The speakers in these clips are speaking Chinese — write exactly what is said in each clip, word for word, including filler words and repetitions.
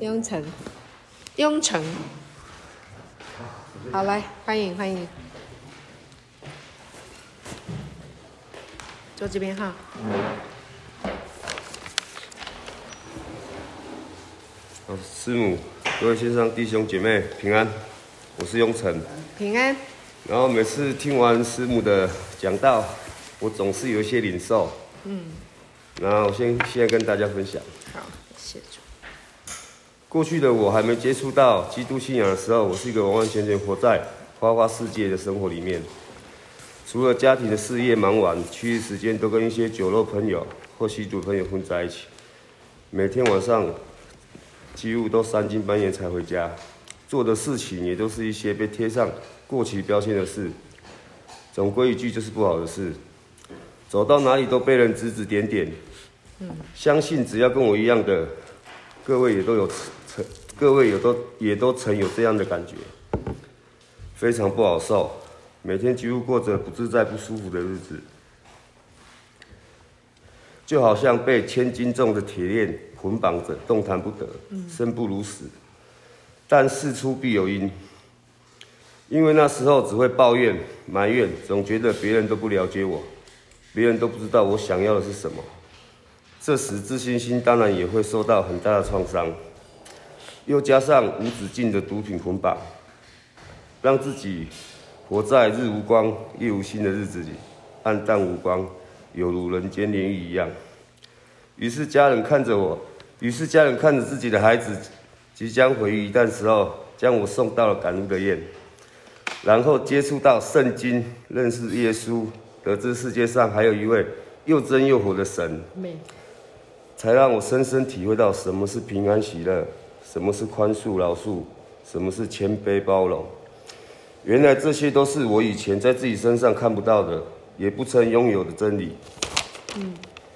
雍城，雍城，好，来欢迎欢迎，坐这边哈。 好，师母，各位线上弟兄姐妹平安，我是雍城。 平安。 然后每次听完师母的讲道，我总是有一些领受。嗯。然后我先现在跟大家分享。 好，谢主。 过去的我还没接触到基督信仰的时候，我是一个完完全全活在花花世界的生活里面。除了家庭的事业忙完，其余时间都跟一些酒肉朋友或吸毒朋友混在一起。每天晚上几乎都三更半夜才回家，做的事情也都是一些被贴上过期标签的事。总归一句，就是不好的事。走到哪里都被人指指点点。嗯，相信只要跟我一样的。各位也都有曾，各位也都也都曾有这样的感觉，非常不好受，每天几乎过着不自在、不舒服的日子，就好像被千斤重的铁链捆绑着，动弹不得，生不如死。但事出必有因，因为那时候只会抱怨、埋怨，总觉得别人都不了解我，别人都不知道我想要的是什么。这时自信心当然也会受到很大的创伤，又加上无止境的毒品捆绑，让自己活在日无光夜无星的日子里，暗淡无光，有如人间炼狱一样。于是家人看着我，于是家人看着自己的孩子即将回于一旦时候，将我送到了感恩的宴，然后接触到圣经，认识耶稣，得知世界上还有一位又真又活的神。才让我深深体会到什么是平安喜乐，什么是宽恕饶恕，什么是谦卑包容。原来这些都是我以前在自己身上看不到的，也不曾拥有的真理。嗯，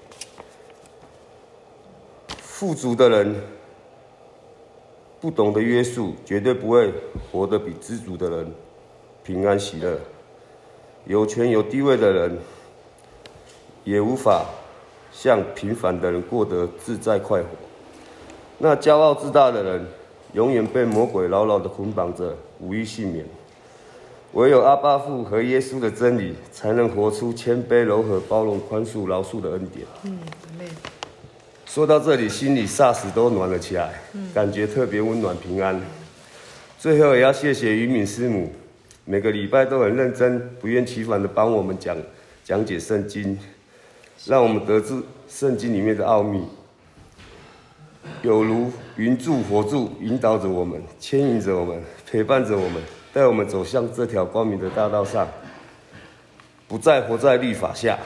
富足的人不懂得约束，绝对不会活得比知足的人平安喜乐。有权有地位的人也无法像平凡的人过得自在快活。那骄傲自大的人，永远被魔鬼牢牢地捆绑着，无一幸免。唯有阿爸父和耶稣的真理，才能活出谦卑、柔和、包容、宽恕、饶恕的恩典。嗯，说到这里，心里霎时都暖了起来，嗯、感觉特别温暖平安。最后也要谢谢于敏师母，每个礼拜都很认真、不厌其烦地帮我们讲讲解圣经。让我们得知圣经里面的奥秘，有如云柱火柱引导着我们，牵引着我们，陪伴着我们，带我们走向这条光明的大道上，不再活在律法下。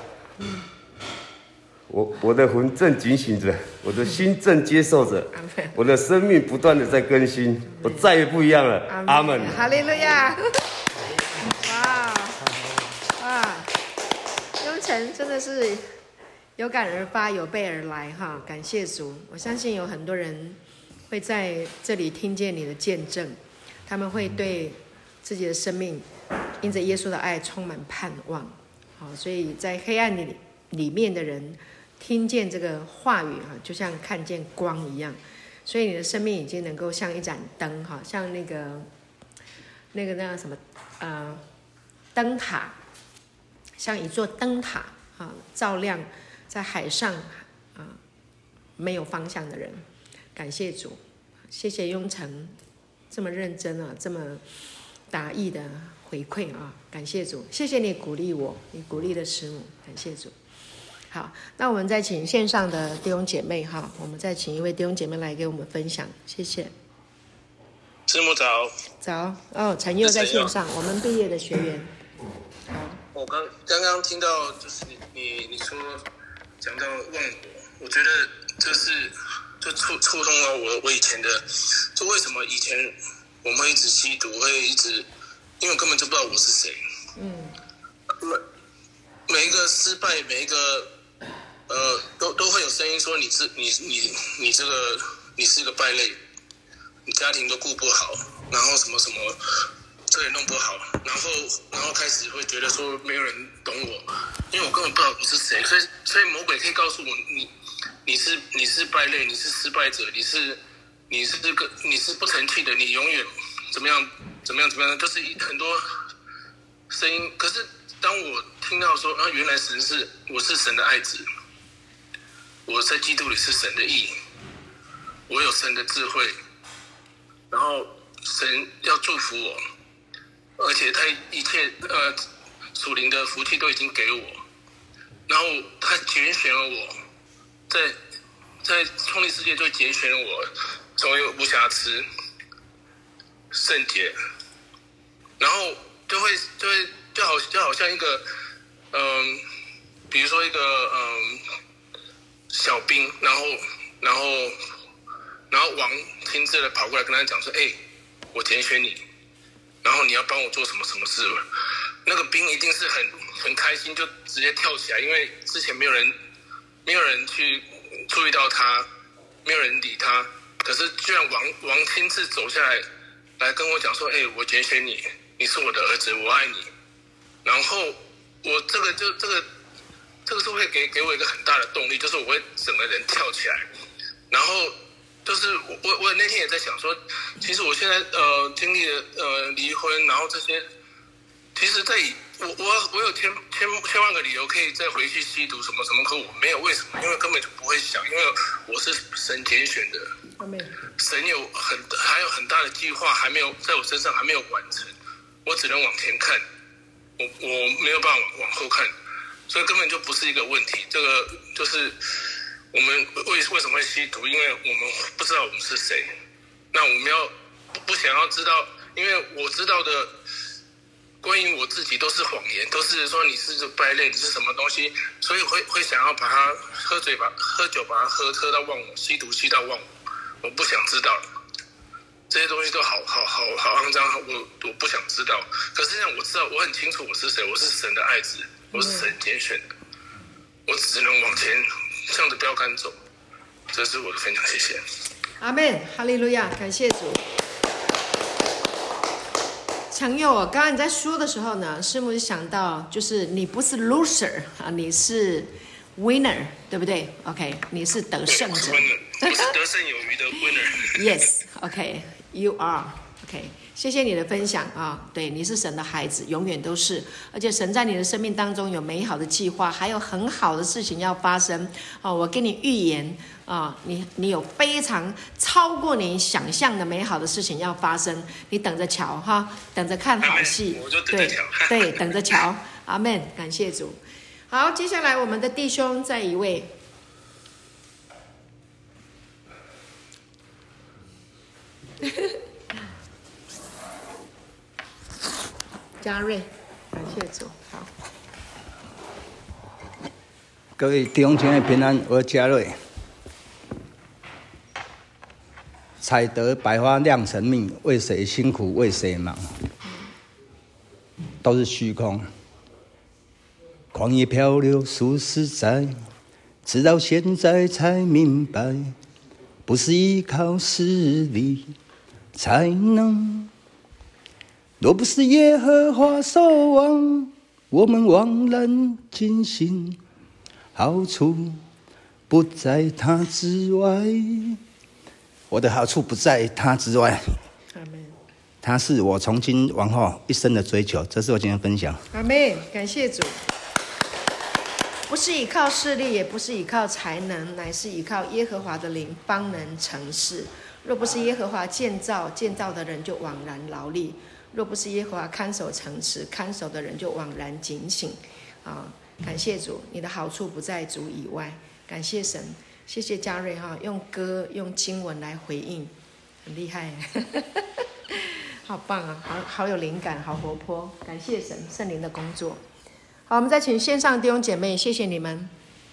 我我的魂正警醒着，我的心正接受着，我的生命不断的在更新，我再也不一样了。阿们。 哈利路亚！哇哇，雍城真的是有感而发，有备而来哈！感谢主，我相信有很多人会在这里听见你的见证，他们会对自己的生命因着耶稣的爱充满盼望。好，所以在黑暗里里面的人听见这个话语哈，就像看见光一样。所以你的生命已经能够像一盏灯哈，像那个那个那个什么呃灯塔，像一座灯塔啊，照亮在海上啊没有方向的人。感谢主，谢谢雍城这么认真啊，这么达意的回馈啊，感谢主，谢谢你鼓励我，你鼓励的师母，感谢主。好，那我们再请线上的弟兄姐妹哈，我们再请一位弟兄姐妹来给我们分享，谢谢。 师母早。早哦，陈佑在线上，我们毕业的学员。好， 我刚刚刚听到就是你你你说讲到忘我，我觉得这是就触触动到我我以前的，就为什么以前我们会一直吸毒，会一直，因为我根本就不知道我是谁。嗯。每每一个失败，每一个呃，都都会有声音说你是你你你这个你是一个败类，你家庭都顾不好，然后什么什么这也弄不好，然后然后开始会觉得说没有人懂我，因为我根本不知道我是谁，所以所以魔鬼可以告诉我你你是你是败类，你是失败者，你是你是这个你是不成器的，你永远怎么样怎么样怎么样，就是很多声音。可是当我听到说啊，原来神是我是神的爱子，我在基督里是神的义，我有神的智慧，然后神要祝福我，而且他一切呃属灵的福气都已经给我，然后他拣选了我，在在创立世界就拣选了我成为无瑕疵、圣洁，然后就会就会就好就好像一个嗯、呃，比如说一个嗯、呃、小兵，然后然后然后王亲自的跑过来跟他讲说，哎、欸，我拣选你，然后你要帮我做什么什么事，那个兵一定是很很开心，就直接跳起来，因为之前没有人没有人去注意到他，没有人理他，可是居然王王亲自走下来来跟我讲说，哎、欸，我拣选你，你是我的儿子，我爱你。然后我这个就这个这个是会给给我一个很大的动力，就是我会整个人跳起来，然后就是我我我那天也在想说，其实我现在呃经历了呃离婚，然后这些，其实在我我我有千千千万个理由可以再回去吸毒什么什么，可我没有，为什么？因为根本就不会想，因为我是神拣选的，神有很还有很大的计划还没有在我身上还没有完成，我只能往前看。我我没有办法往后看，所以根本就不是一个问题。这个就是我们为为什么会吸毒，因为我们不知道我们是谁。那我们要不不想要知道，因为我知道的关于我自己都是谎言，都是说你是败类，你是什么东西，所以会会想要把它喝醉把喝酒把它喝喝到忘我，吸毒吸到忘我，我不想知道了。这些东西都好好好好肮脏，我我不想知道。可是这样我知道，我很清楚我是谁，我是神的爱子，我是神拣选的，我只能往前向着标杆走。这是我的分享，谢谢。 阿们，哈利路亚，感谢主。常佑，我刚刚你在说的时候呢，师母就想到，就是你不是 loser 啊，你是 winner， 对不对 ？OK， 你是得胜者， 我是得胜有余的 winner。Yes，OK。You are OK， 谢谢你的分享啊！对，你是神的孩子，永远都是，而且神在你的生命当中有美好的计划，还有很好的事情要发生啊！我给你预言啊，你你有非常超过你想象的美好的事情要发生，你等着瞧哈，等着看好戏， 我就等着瞧， 对对，等着瞧，阿们，感谢主。好，接下来我们的弟兄再一位。嘉瑞，感谢主。好， 各位弟兄姐妹平安，我是嘉瑞。采得百花酿成蜜，为谁辛苦为谁忙，都是虚空。狂野漂流数十载，直到现在才明白，不是依靠实力才能，若不是耶和华守望，我们枉然尽心，好处不在他之外。我的好处不在他之外，他是我从今往后一生的追求。这是我今天的分享。 阿们，感谢主。不是依靠势力，也不是依靠才能，乃是依靠耶和华的灵，方能成事。若不是耶和华建造，建造的人就枉然劳力；若不是耶和华看守城池，看守的人就枉然警醒。啊，感谢主，你的好处不在主以外。感谢神，谢谢嘉瑞哈，用歌用经文来回应，很厉害，好棒啊，好好有灵感，好活泼。感谢神圣灵的工作。好，我们再请线上弟兄姐妹，谢谢你们。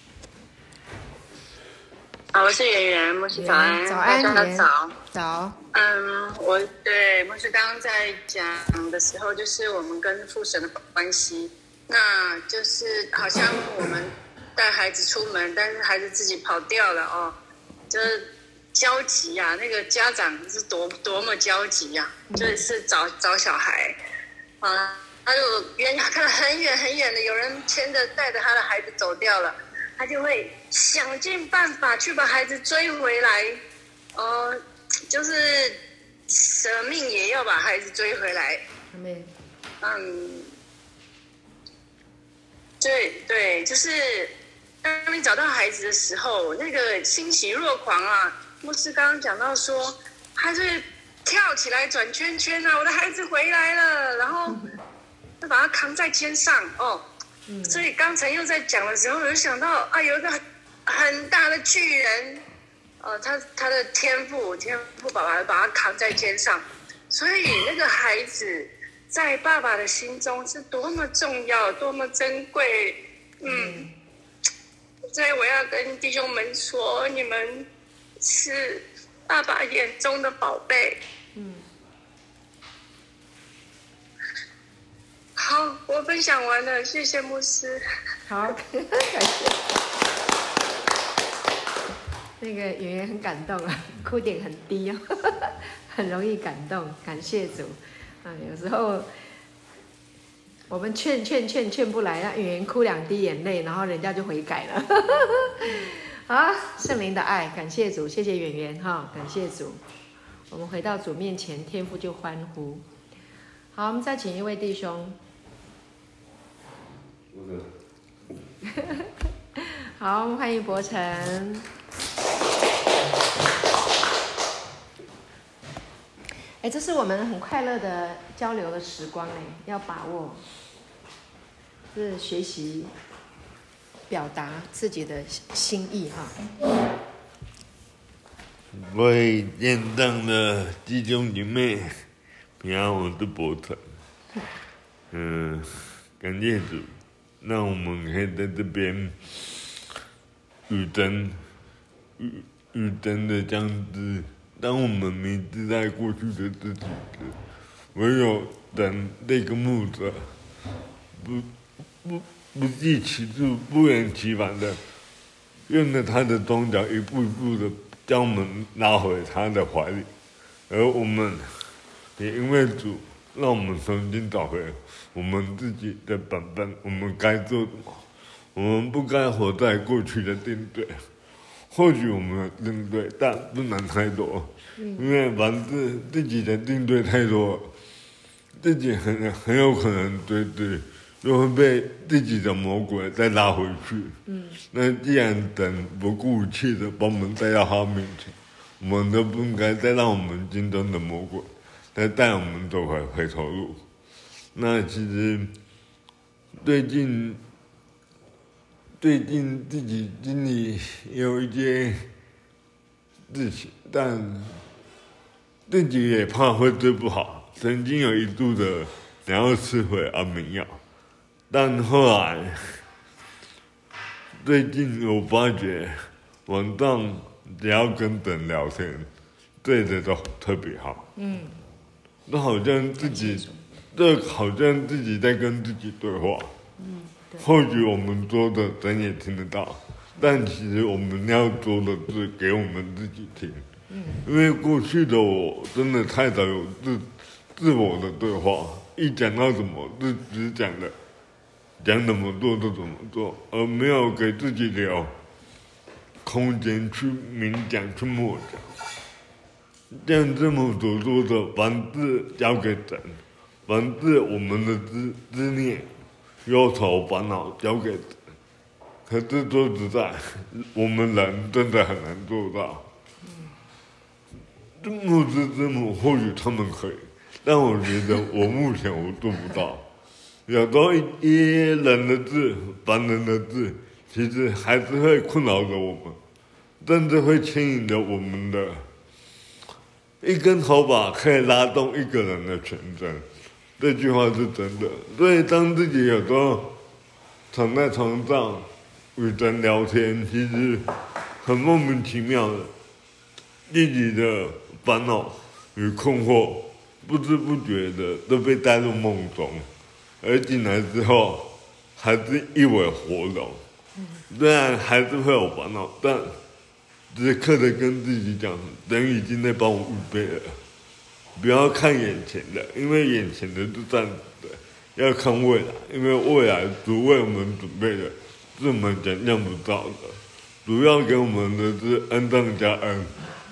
好，我是圆圆，牧师早安， 早安， 大家早， 早。 嗯，我对牧师刚刚在讲的时候，就是我们跟父神的关系，那就是好像我们带孩子出门，但是孩子自己跑掉了哦，就是焦急啊，那个家长是多多么焦急啊，就是找找小孩啊。他就远看到很远很远的，有人牵着带着他的孩子走掉了，他就会想尽办法去把孩子追回来。呃， 就是舍命也要把孩子追回来。 没， 嗯，对对，就是当你找到孩子的时候，那个欣喜若狂啊。牧师刚刚讲到说，他是跳起来转圈圈啊，我的孩子回来了，然后就把他扛在肩上哦。嗯、所以刚才又在讲的时候，我就想到啊，有一个很很大的巨人，呃，他他的天父天父爸爸把他扛在肩上，所以那个孩子在爸爸的心中是多么重要，多么珍贵。嗯，所以我要跟弟兄们说，你们是爸爸眼中的宝贝。嗯，好，我分享完了，谢谢牧师。 好，感谢。那个演员很感动啊，哭点很低哦，很容易感动，感谢主啊！有时候我们劝劝劝劝不来，让演员哭两滴眼泪，然后人家就悔改了。好，圣灵的爱，感谢主，谢谢演员哈，感谢主。我们回到主面前，天父就欢呼。好，我们再请一位弟兄。好，我们欢迎博成。哎，这是我们很快乐的交流的时光，哎，要把握，是学习表达自己的心意哈。 各位健当的弟兄姐妹，平安，我是博成。嗯，感谢主，让我们可以在这边与真与与真的相知。当我们迷失在过去的自己时，唯有等那个牧者不不不计其数、不厌其烦的，用着他的双脚一步一步的将我们拉回他的怀里，而我们也因为主让我们重新找回我们自己的本分，我们该做什么？我们不该活在过去的定罪。或许我们的定罪，但不能太多，因为凡是自己的定罪太多，自己很很有可能对对，就会被自己的魔鬼再拉回去。嗯，那既然等不顾一切的把我们带到他面前，我们都不应该再让我们心中的魔鬼再带我们走回回头路。那其实最近。最近自己经历也有一些事情，但自己也怕会治不好。曾经有一度的想要吃回安眠药，但后来最近我发觉晚上只要跟人聊天，对的都特别好。嗯，那好像自己，这好像自己在跟自己对话。嗯。或许我们说的人也听得到，但其实我们要说的是给我们自己听。嗯，因为过去的我真的太少有自自我的对话，一讲到什么就只讲了，讲怎么做就怎么做，而没有给自己留空间去明讲、去默讲。像这么所说的，凡事交给神，凡事我们的执执念。忧愁烦恼交给人，可是说实在，我们人真的很难做到。嗯，牧师之母或许他们可以，但我觉得我目前我做不到。有时候一些人的字、凡人的字，其实还是会困扰着我们，甚至会牵引着我们的。一根头发可以拉动一个人的全身。这句话是真的，所以当自己有时候躺在床上与人聊天，其实很莫名其妙的，自己的烦恼与困惑，不知不觉的都被带入梦中，而醒来之后还是一尾活龙。虽然还是会有烦恼，但时刻的跟自己讲，人已经在帮我预备了。不要看眼前的，因为眼前的是暂时的；要看未来，因为未来主为我们准备的是我们想象不到的。主要给我们的是恩上加恩，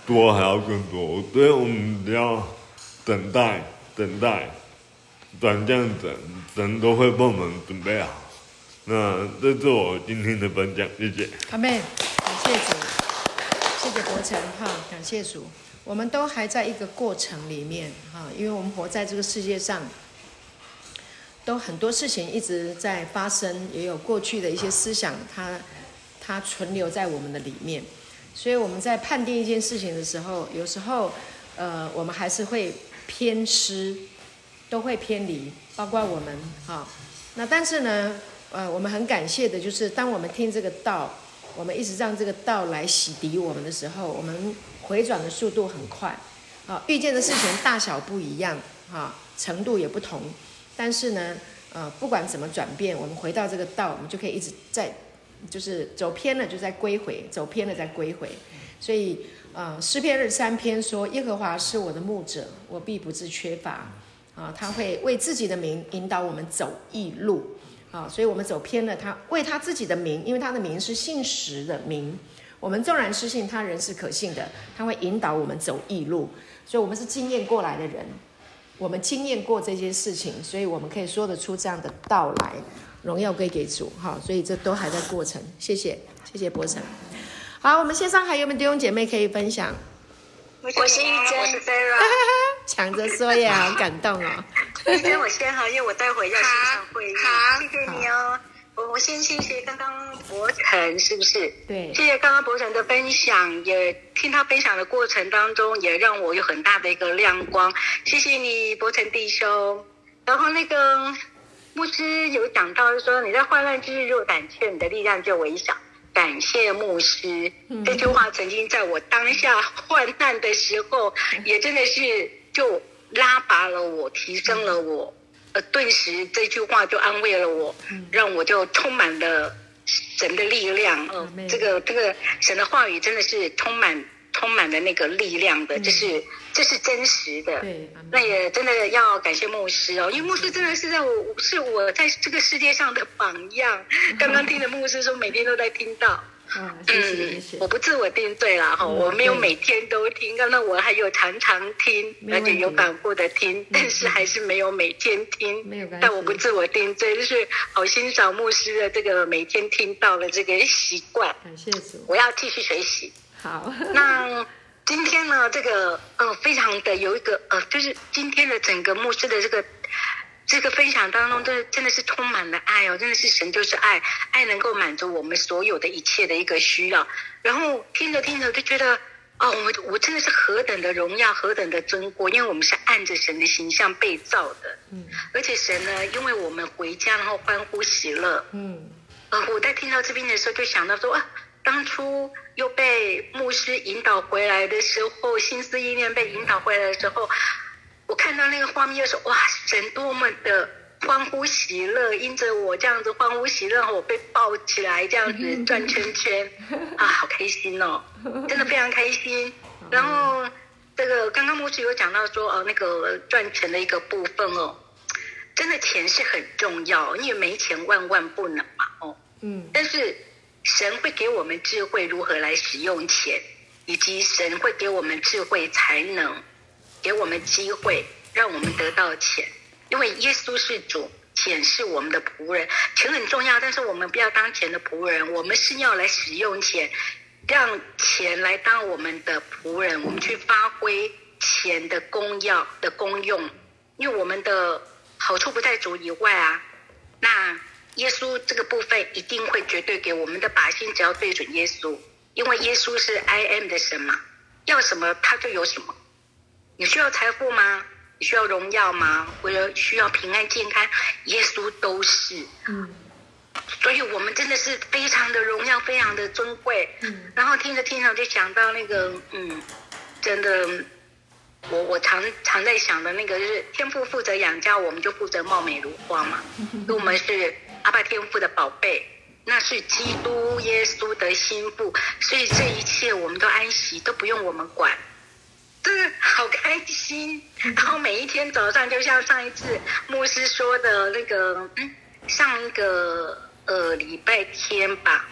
多还要更多，所以我们只要等待，等待，转这样等，神都会帮我们准备好。那这是我今天的分享，谢谢。 阿妹，感谢主，谢谢伯承哈，感谢主。我们都还在一个过程里面哈，因为我们活在这个世界上，都很多事情一直在发生，也有过去的一些思想，它它存留在我们的里面，所以我们在判定一件事情的时候，有时候呃，我们还是会偏失，都会偏离，包括我们哈。那但是呢？呃，我们很感谢的就是，当我们听这个道，我们一直让这个道来洗涤我们的时候，我们回转的速度很快，啊，遇见的事情大小不一样，啊，程度也不同，但是呢，呃，不管怎么转变，我们回到这个道，我们就可以一直在，就是走偏了就再归回，走偏了再归回。所以，呃，诗篇二十三篇说：“耶和华是我的牧者，我必不致缺乏。”啊，他会为自己的名引导我们走义路。啊，所以我们走偏了，他为他自己的名，因为他的名是信实的名，我们纵然失信，他人是可信的，他会引导我们走义路，所以我们是经验过来的人，我们经验过这些事情，所以我们可以说得出这样的道来，荣耀归给主哈，所以这都还在过程，谢谢谢谢伯承。好，我们线上还有没有弟兄姐妹可以分享？ 我是玉珍，我是 Sarah， 抢着说耶，好感动哦。 玉珍，我先好，因为我待会要线上会议。好，谢谢你哦。我我先谢谢刚刚伯承，是不是？ 对。 谢谢刚刚伯承的分享，也听他分享的过程当中，也让我有很大的一个亮光。谢谢你，伯承弟兄。然后那个牧师有讲到说，你在患难之日若胆怯，你的力量就微小。感谢牧师，这句话曾经在我当下患难的时候，也真的是就拉拔了我，提升了我，呃，顿时这句话就安慰了我，让我就充满了神的力量。嗯、呃，这个这个神的话语真的是充满充满了那个力量的，这是这是真实的。 对， 那也真的要感谢牧师哦，因为牧师真的是在我是我在这个世界上的榜样。刚刚听的牧师说，每天都在听到。 嗯，谢谢谢谢。 我不自我定罪啦哈、嗯，我没有每天都听，刚刚我还有常常听，而且有反复的听，嗯、但是还是没有每天听。 没有关系。 但我不自我定罪，就是好欣赏牧师的这个每天听到的这个习惯。 感谢主。 我要继续学习。 好。 那今天呢，这个呃，非常的有一个呃，就是今天的整个牧师的这个。这个分享当中，真的真的是充满了爱哦，真的是神就是爱，爱能够满足我们所有的一切的一个需要。然后听着听着就觉得，哦，我我真的是何等的荣耀，何等的尊贵，因为我们是按着神的形象被造的。嗯，而且神呢，因为我们回家然后欢呼喜乐。嗯，呃，我在听到这边的时候就想到说啊，当初又被牧师引导回来的时候，心思意念被引导回来的时候。我看到那个画面就说，哇，神多么的欢呼喜乐，因着我这样子欢呼喜乐，我被抱起来这样子转圈圈，啊，好开心哦，真的非常开心。然后这个刚刚牧师有讲到说，哦，那个赚钱的一个部分哦，真的钱是很重要，因为没钱万万不能嘛，哦，嗯，但是神会给我们智慧如何来使用钱，以及神会给我们智慧才能。给我们机会，让我们得到钱，因为耶稣是主，钱是我们的仆人。钱很重要，但是我们不要当钱的仆人，我们是要来使用钱，让钱来当我们的仆人，我们去发挥钱的功要的功用，因为我们的好处不在主以外啊。那耶稣这个部分一定会绝对给我们的百姓，只要对准耶稣，因为耶稣是 I am 的神嘛，要什么他就有什么。你需要财富吗？你需要荣耀吗？或者需要平安健康？耶稣都是。嗯。所以我们真的是非常的荣耀，非常的尊贵。嗯。然后听着听着就想到那个，嗯，真的，我我常常在想的那个就是天父负责养家，我们就负责貌美如花嘛。因为我们是阿爸天父的宝贝，那是基督耶稣的心腹，所以这一切我们都安息，都不用我们管。真的好开心，然后每一天早上就像上一次牧师说的那个，嗯，上一个呃礼拜天吧，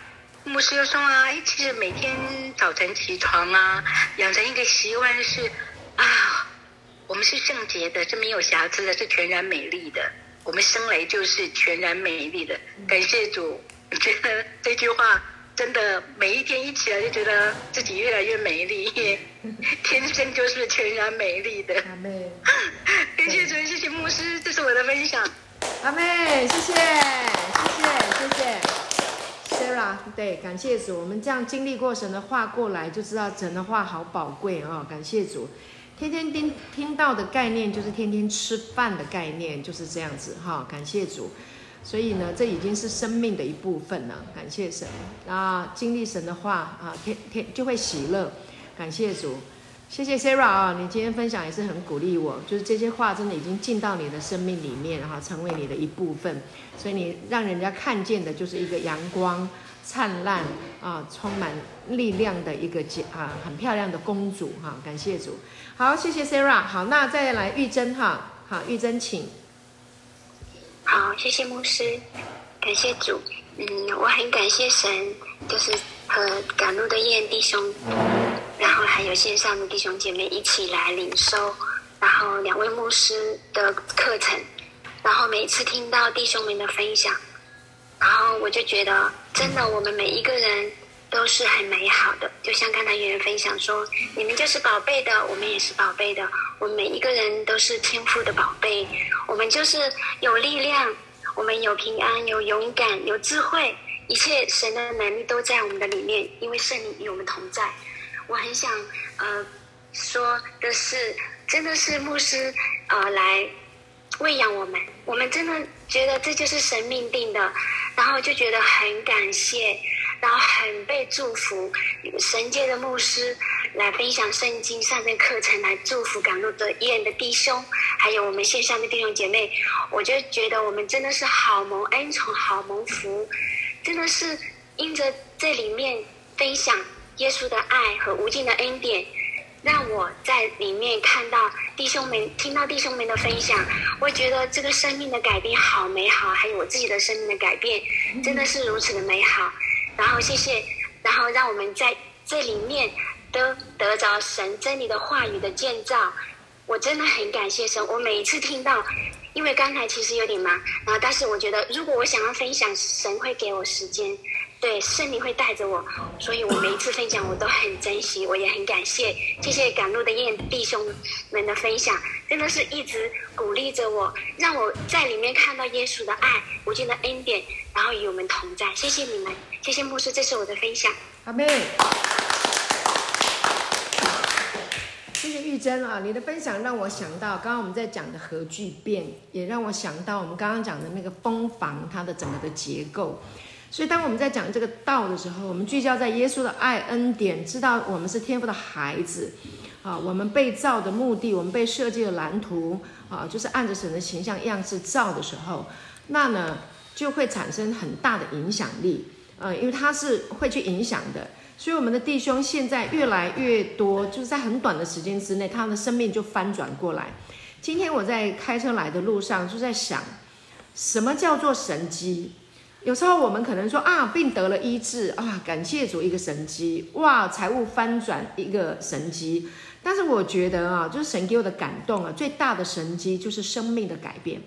牧师就说啊，哎，其实每天早晨起床啊，养成一个习惯是啊，我们是圣洁的，是没有瑕疵的，是全然美丽的。我们生来就是全然美丽的。感谢主，我觉得这句话真的每一天一起来就觉得自己越来越美丽，天生就是全然美丽的。 阿妹， 感谢主，谢谢牧师，这是我的分享。 阿妹，谢谢，谢谢，谢谢。Sarah， 对，感谢主，我们这样经历过神的话过来，就知道神的话好宝贵啊、哦！感谢主，天天听听到的概念就是天天吃饭的概念，就是这样子哈、哦！感谢主，所以呢，这已经是生命的一部分了。感谢神啊，经历神的话啊，天天就会喜乐。感谢主，谢谢 Sarah 啊，你今天分享也是很鼓励我，就是这些话真的已经进到你的生命里面哈，成为你的一部分，所以你让人家看见的就是一个阳光灿烂啊，充满力量的一个啊很漂亮的公主哈，感谢主。好，谢谢 Sarah。好，那再来玉珍哈，好，玉珍请。 好，谢谢牧师，感谢主。嗯，我很感谢神，就是和赶路的燕弟兄，然后还有线上的弟兄姐妹一起来领受，然后两位牧师的课程，然后每次听到弟兄们的分享，然后我就觉得真的我们每一个人都是很美好的，就像刚才有人分享说，你们就是宝贝的，我们也是宝贝的，我们每一个人都是天父的宝贝，我们就是有力量，我们有平安，有勇敢，有智慧，一切神的能力都在我们的里面，因为圣灵与我们同在。我很想呃说的是，真的是牧师呃来喂养我们，我们真的觉得这就是神命定的，然后就觉得很感谢，然后很被祝福。神界的牧师来分享圣经上的课程，来祝福赶路的燕的弟兄，还有我们线上的弟兄姐妹，我就觉得我们真的是好蒙恩宠，好蒙福，真的是因着这里面分享耶稣的爱和无尽的恩典，让我在里面看到弟兄们，听到弟兄们的分享，我觉得这个生命的改变好美好，还有我自己的生命的改变真的是如此的美好。然后谢谢，然后让我们在这里面都得着神真理的话语的建造，我真的很感谢神。我每一次听到，因为刚才其实有点忙，然后但是我觉得如果我想要分享，神会给我时间，对，圣灵会带着我，所以我每一次分享我都很珍惜，我也很感谢，谢谢赶路的燕弟兄们的分享，真的是一直鼓励着我，让我在里面看到耶稣的爱，无尽的恩典，然后与我们同在。谢谢你们，谢谢牧师，这是我的分享。 阿妹，谢谢玉珍啊，你的分享让我想到刚刚我们在讲的核聚变，也让我想到我们刚刚讲的那个蜂房它的整个的结构。所以当我们在讲这个道的时候，我们聚焦在耶稣的爱恩典，知道我们是天父的孩子啊，我们被造的目的，我们被设计的蓝图啊，就是按着神的形象样式造的时候，那呢就会产生很大的影响力，呃，因为它是会去影响的。所以我们的弟兄现在越来越多，就是在很短的时间之内，他的生命就翻转过来。今天我在开车来的路上就在想，什么叫做神迹？有时候我们可能说啊，病得了医治啊，感谢主一个神迹，哇，财务翻转一个神迹。但是我觉得啊，就是神给我的感动啊，最大的神迹就是生命的改变，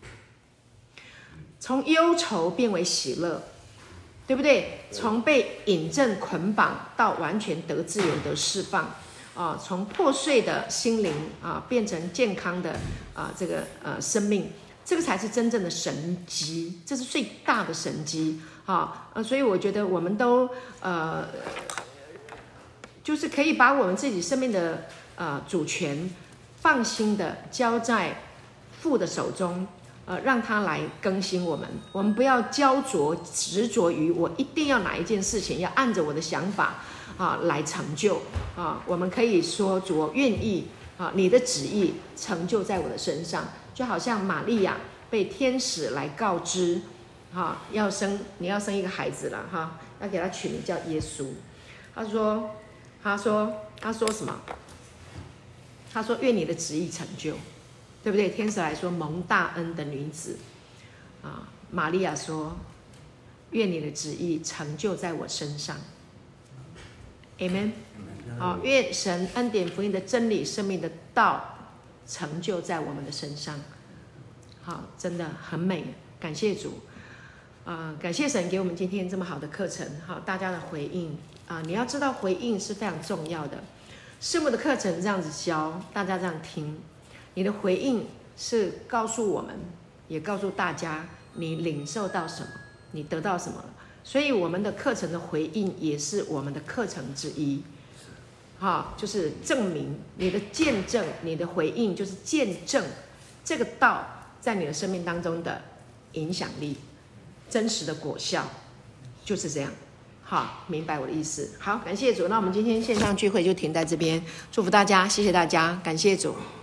从忧愁变为喜乐，对不对？从被引证捆绑到完全得自由得释放啊，从破碎的心灵啊变成健康的啊这个呃生命。这个才是真正的神迹，这是最大的神迹啊！呃，所以我觉得我们都呃，就是可以把我们自己生命的呃主权放心的交在父的手中，呃，让他来更新我们。我们不要焦灼执着于我一定要哪一件事情要按着我的想法啊来成就啊。我们可以说主，我愿意啊，你的旨意成就在我的身上。就好像玛利亚被天使来告知，哈，要生你要生一个孩子了，哈，要给他取名叫耶稣。他说，他说，他说什么？他说愿你的旨意成就，对不对？天使来说蒙大恩的女子，啊，玛利亚说， 愿你的旨意成就在我身上。Amen。好，愿神恩典福音的真理、生命的道成就在我们的身上。好，真的很美，感谢主。呃，感谢神给我们今天这么好的课程。好，大家的回应啊、呃，你要知道回应是非常重要的。师母的课程这样子教，大家这样听，你的回应是告诉我们，也告诉大家你领受到什么，你得到什么。所以我们的课程的回应也是我们的课程之一。好，就是证明你的见证，你的回应就是见证这个道在你的生命当中的影响力，真实的果效，就是这样。好，明白我的意思。好，感谢主。那我们今天线上聚会就停在这边，祝福大家，谢谢大家，感谢主。